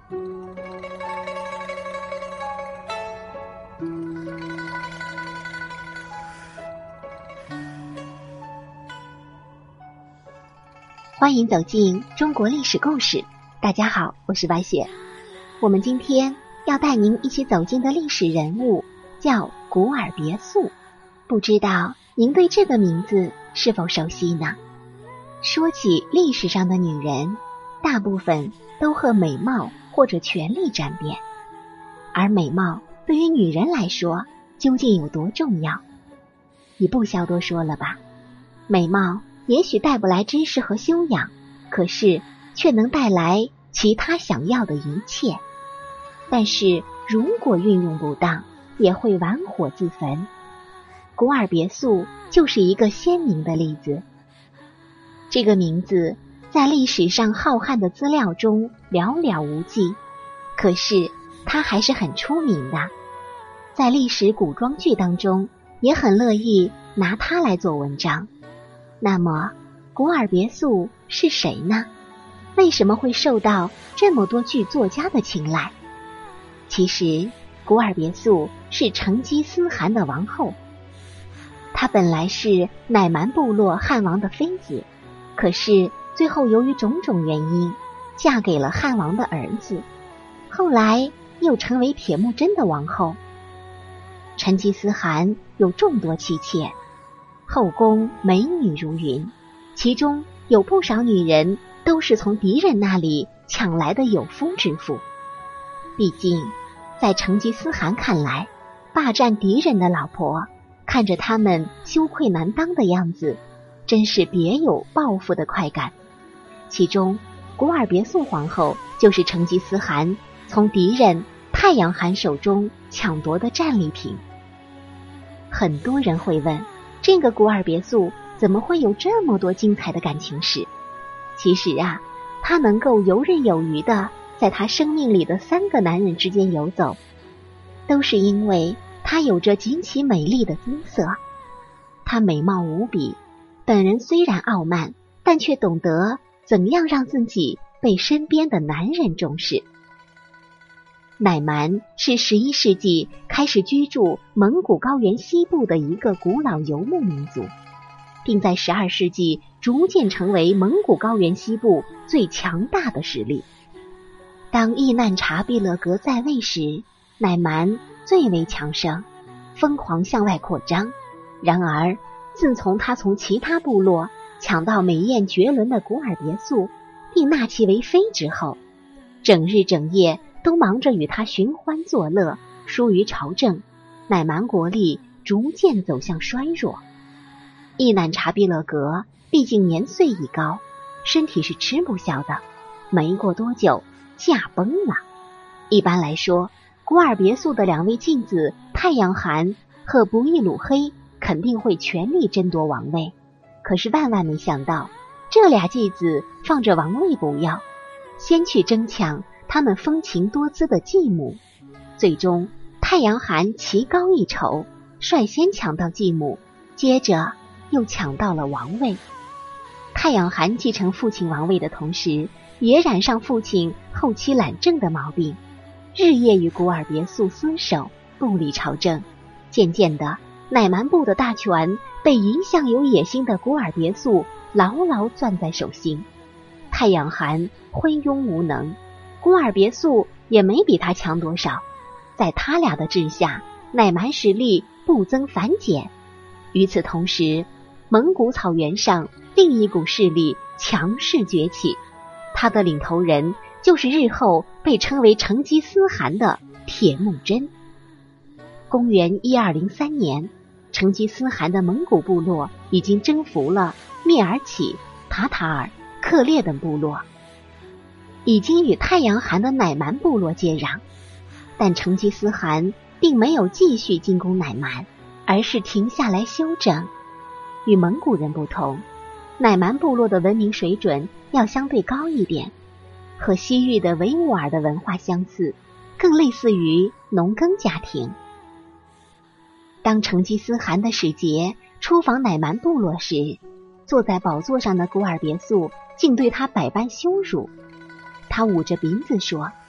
欢迎走进中国历史故事。大家好，我是白雪。我们今天要带您一起走进的历史人物叫古尔别墅，不知道您对这个名字是否熟悉呢？说起历史上的女人，大部分都和美貌或者权力沾边，而美貌对于女人来说究竟有多重要？你不消多说了吧。美貌也许带不来知识和修养，可是却能带来其他想要的一切。但是如果运用不当，也会玩火自焚。古尔别墅就是一个鲜明的例子。这个名字在历史上浩瀚的资料中寥寥无几，可是它还是很出名的，在历史古装剧当中也很乐意拿它来做文章。那么古尔别墅是谁呢？为什么会受到这么多剧作家的青睐？其实古尔别墅是成吉思汗的王后，她本来是乃蛮部落汉王的妃子，可是最后由于种种原因嫁给了汉王的儿子，后来又成为铁木真的王后。成吉思汗有众多妻妾，后宫美女如云，其中有不少女人都是从敌人那里抢来的有夫之妇。毕竟在成吉思汗看来，霸占敌人的老婆，看着他们羞愧难当的样子，真是别有报复的快感。其中古尔别墅皇后就是成吉思汗从敌人太阳汗手中抢夺的战利品。很多人会问，这个古尔别墅怎么会有这么多精彩的感情史？其实啊，他能够游刃有余的在他生命里的3个男人之间游走，都是因为他有着极其美丽的姿色。他美貌无比，本人虽然傲慢，但却懂得怎样让自己被身边的男人重视。乃蛮是11世纪开始居住蒙古高原西部的一个古老游牧民族，并在12世纪逐渐成为蒙古高原西部最强大的势力。当伊难察必勒格在位时，乃蛮最为强盛，疯狂向外扩张。然而自从他从其他部落抢到美艳绝伦的古尔别墅，并纳其为妃之后，整日整夜都忙着与他寻欢作乐，疏于朝政，乃蛮国力逐渐走向衰弱。伊难察必勒格毕竟年岁已高，身体是吃不消的，没过多久驾崩了。一般来说，古尔别墅的2位继子太阳汗和不亦鲁黑肯定会全力争夺王位，可是万万没想到，这俩继子放着王位不要，先去争抢他们风情多姿的继母。最终太阳汗棋高一筹，率先抢到继母，接着又抢到了王位。太阳汗继承父亲王位的同时，也染上父亲后期懒政的毛病，日夜与古尔别墅厮守，不理朝政。渐渐的，乃蛮部的大权被一向有野心的古尔别墅牢牢攥在手心。太阳汗昏庸无能，古尔别墅也没比他强多少，在他俩的治下，乃蛮实力不增反减。与此同时，蒙古草原上另一股势力强势崛起，他的领头人就是日后被称为成吉思汗的铁木真。公元1203年，成吉思汗的蒙古部落已经征服了蔑尔乞、塔塔尔、克烈等部落，已经与太阳汗的乃蛮部落接壤。但成吉思汗并没有继续进攻乃蛮，而是停下来休整。与蒙古人不同，乃蛮部落的文明水准要相对高一点，和西域的维吾尔的文化相似，更类似于农耕家庭。当成吉思汗的使节出访乃蛮部落时，坐在宝座上的古尔别墅竟对他百般羞辱。他捂着鼻子说：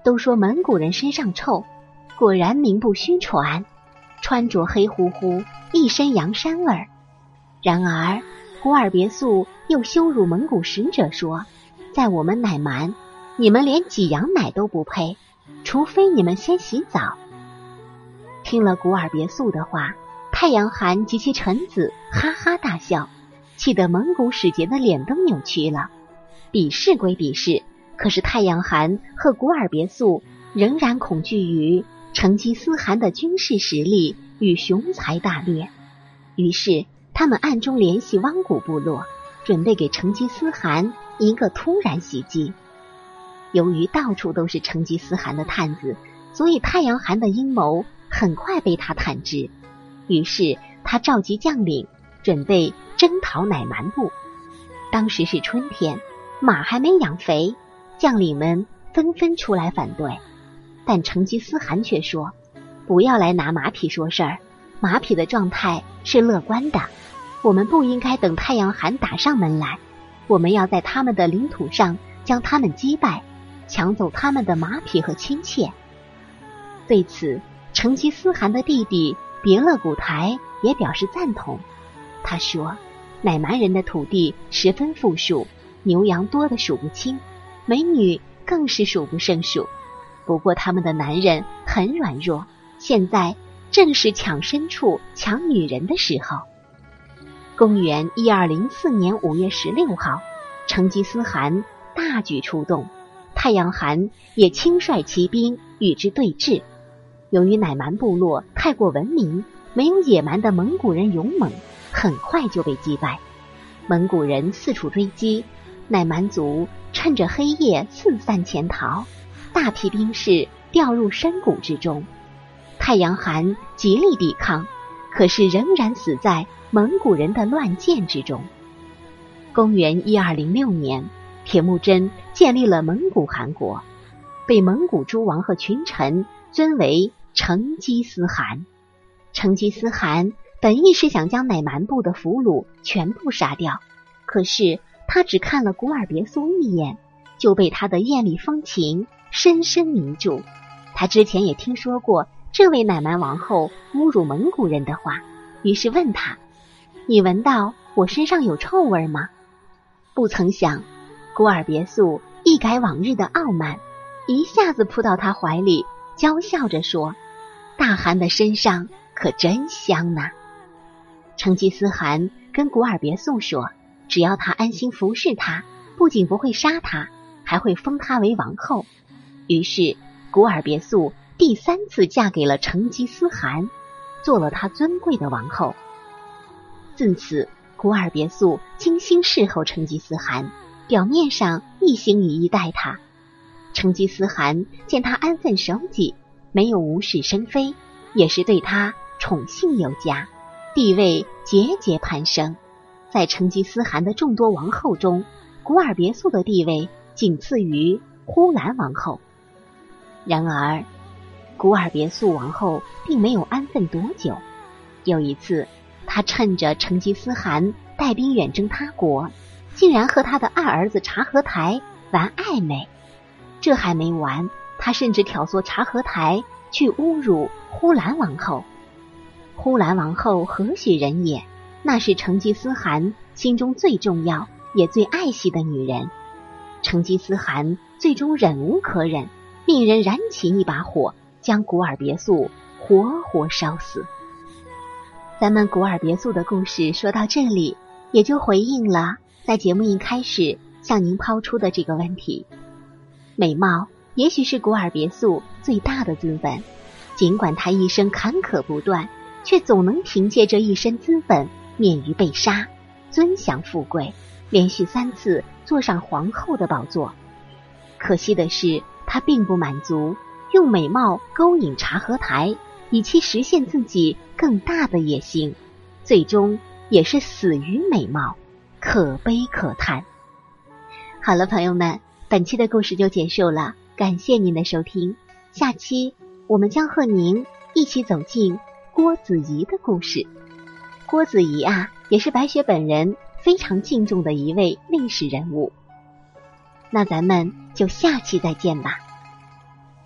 都说蒙古人身上臭，果然名不虚传，穿着黑乎乎，一身洋膻味儿。然而古尔别速又羞辱蒙古使者说，在我们乃蛮，你们连挤羊奶都不配，除非你们先洗澡。听了古尔别速的话，太阳汗及其臣子哈哈大笑，气得蒙古使节的脸都扭曲了。比试归比试，可是太阳汗和古尔别速仍然恐惧于成吉思汗的军事实力与雄才大略，于是他们暗中联系汪古部落，准备给成吉思汗一个突然袭击。由于到处都是成吉思汗的探子，所以太阳汗的阴谋很快被他探知。于是他召集将领，准备征讨乃蛮部。当时是春天，马还没养肥，将领们纷纷出来反对。但成吉思汗却说，不要来拿马匹说事儿，马匹的状态是乐观的，我们不应该等太阳汗打上门来，我们要在他们的领土上将他们击败，抢走他们的马匹和亲切。对此，成吉思汗的弟弟别勒古台也表示赞同。他说，乃蛮人的土地十分富庶，牛羊多得数不清，美女更是数不胜数。不过他们的男人很软弱，现在正是抢牲畜、抢女人的时候。公元1204年5月16号，成吉思汗大举出动，太阳汗也亲率骑兵与之对峙。由于乃蛮部落太过文明，没有野蛮的蒙古人勇猛，很快就被击败。蒙古人四处追击，乃蛮族趁着黑夜四散潜逃，大批兵士掉入深谷之中。太阳汗极力抵抗，可是仍然死在蒙古人的乱箭之中。公元1206年，铁木真建立了蒙古汗国，被蒙古诸王和群臣尊为成吉思汗。成吉思汗本意是想将乃蛮部的俘虏全部杀掉，可是他只看了古尔别速一眼，就被他的艳丽风情深深迷住。他之前也听说过这位乃蛮王后侮辱蒙古人的话，于是问他，你闻到我身上有臭味吗？不曾想古尔别速一改往日的傲慢，一下子扑到他怀里，娇笑着说，大汗的身上可真香呐。成吉思汗跟古尔别速说，只要他安心服侍他，不仅不会杀他，还会封他为王后。于是古尔别速第3次嫁给了成吉思汗，做了他尊贵的王后。自此古尔别速精心侍候成吉思汗，表面上一心一意待他。成吉思汗见他安分守己，没有无事生非，也是对他宠幸有加，地位节节攀升。在成吉思汗的众多王后中，古尔别速的地位仅次于呼兰王后。然而古尔别速王后并没有安分多久，有一次他趁着成吉思汗带兵远征他国，竟然和他的二儿子察合台玩暧昧。这还没完，他甚至挑唆察合台去侮辱呼兰王后。呼兰王后何许人也？那是成吉思汗心中最重要也最爱惜的女人。成吉思汗最终忍无可忍，命人燃起一把火，将古尔别速活活烧死。咱们古尔别速的故事说到这里，也就回应了在节目一开始向您抛出的这个问题。美貌也许是古尔别速最大的资本，尽管他一生坎坷不断，却总能凭借这一身资本免于被杀，尊享富贵，连续3次坐上皇后的宝座。可惜的是，他并不满足，用美貌勾引察合台，以期实现自己更大的野心，最终也是死于美貌，可悲可叹。好了，朋友们，本期的故事就结束了，感谢您的收听。下期我们将和您一起走进郭子仪的故事。郭子仪啊，也是白雪本人非常敬重的一位历史人物。那咱们就下期再见吧。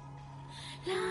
啦